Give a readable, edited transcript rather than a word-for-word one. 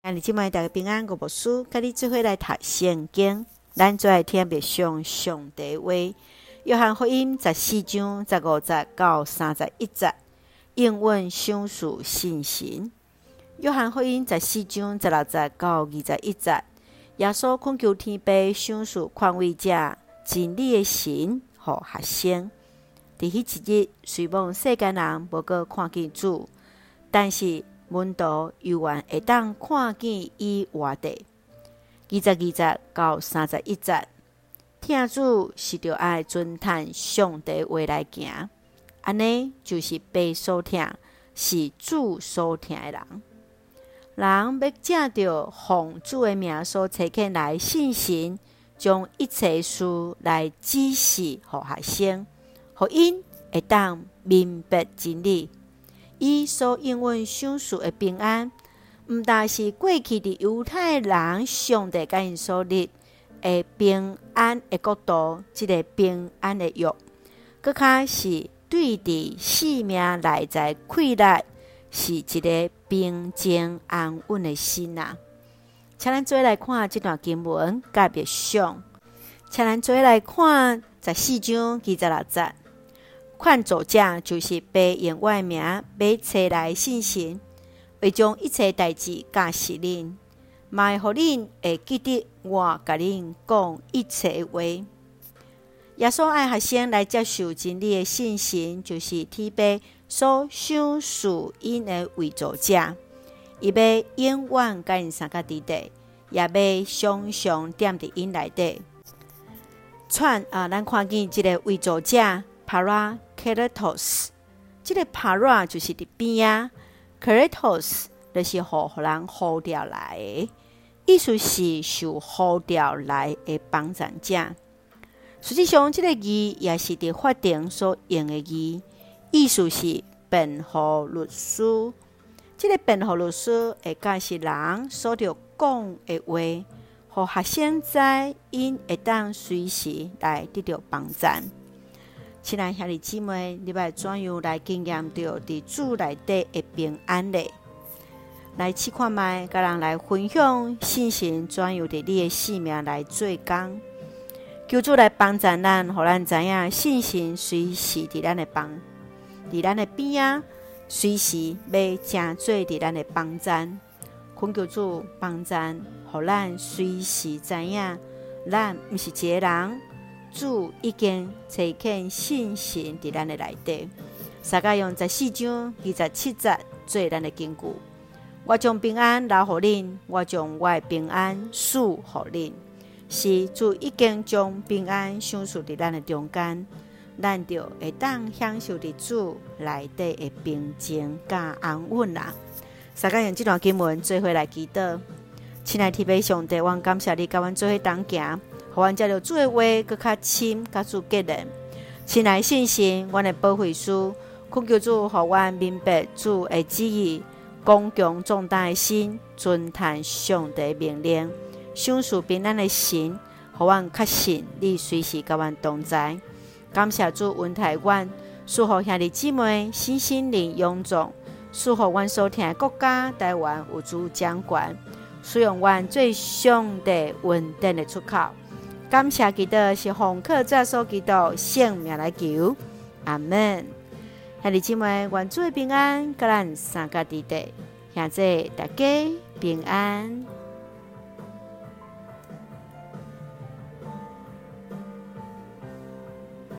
兄弟姊妹大家平安，我无事，甲你做伙来读圣经。咱做来听别上上帝话。约翰福音14章15节到31节，应允上述信心。约翰福音14章16节到21节，耶稣恳求天父上述权威者真理的神和学生。伫迄一日，虽望世间人无过看见主，但是门徒犹原会当看见伊活地。22节到31节，听主是着爱遵趁上帝话来行，安尼就是被所听，是主所听的人。人要借着奉主的名所差遣来信神，将一切事来指示予学生，予因会当明白真理。伊所应允上述的平安，毋但是过去伫犹太人上帝甲因所立的平安的国度，即个平安的约，搁较是对伫生命内在溃烂，是一个平静安稳的心啊。请咱做来看这段经文甲别上，请咱做来看14章26节。劝阻者就是被用我的名买册来信神，为将一切代志教示恁，嘛会予恁会记得我甲恁讲一切话。耶稣爱学生来接受真理的信心，就是天父所赏赐因的为助者，伊要永远甲因相甲伫地，也要常常踮伫因内底。咱看见即个为助者。Parakletos， 这个 para 就是伫边啊 ，kletos 就是互人呼调来的，意思是受呼调来的帮助者。实际上，这个字也是伫法庭所用的字，意思是辩护律师。这个辩护律师会解释人所着讲的话，互学生知因会当随时来得到帮助。亲爱兄弟姊妹，你要怎样来经验到伫主内底的平安呢？来试看卖，甲人来分享信心怎样伫你的生命来做工，求主来帮助咱，互咱知影信心随时伫咱的边啊，随时要正做伫咱的帮站。恳求主帮助，互咱随时知影，咱毋是一个人。主已经差遣信神伫咱的内底，撒迦用14章27节做咱的根据。我将平安留予恁，我将我的平安赐予恁。是主已经将平安赏赐伫咱的中间，咱就会当享受伫主内底的平静甲安稳啦。撒迦用这段经文做伙来祈祷。亲爱的天父上帝，我感谢你甲阮做伙同行。互阮接着主的话，搁较深甲主结连。亲爱信心，阮的保惠师，恳求主，互阮明白主的旨意，刚强壮大的心，遵趁上帝命令，赏赐平安的神，互阮确信你随时甲阮同在。感谢主恩待阮，赐互兄弟姊妹心灵勇壮，赐互阮所听的国家台湾有主掌权，使用阮最上帝稳定的出口。感谢基督是奉靠主所基督圣名来求，阿门。兄弟姊妹，愿主的平安，甲咱三甲伫地，现在大家平安。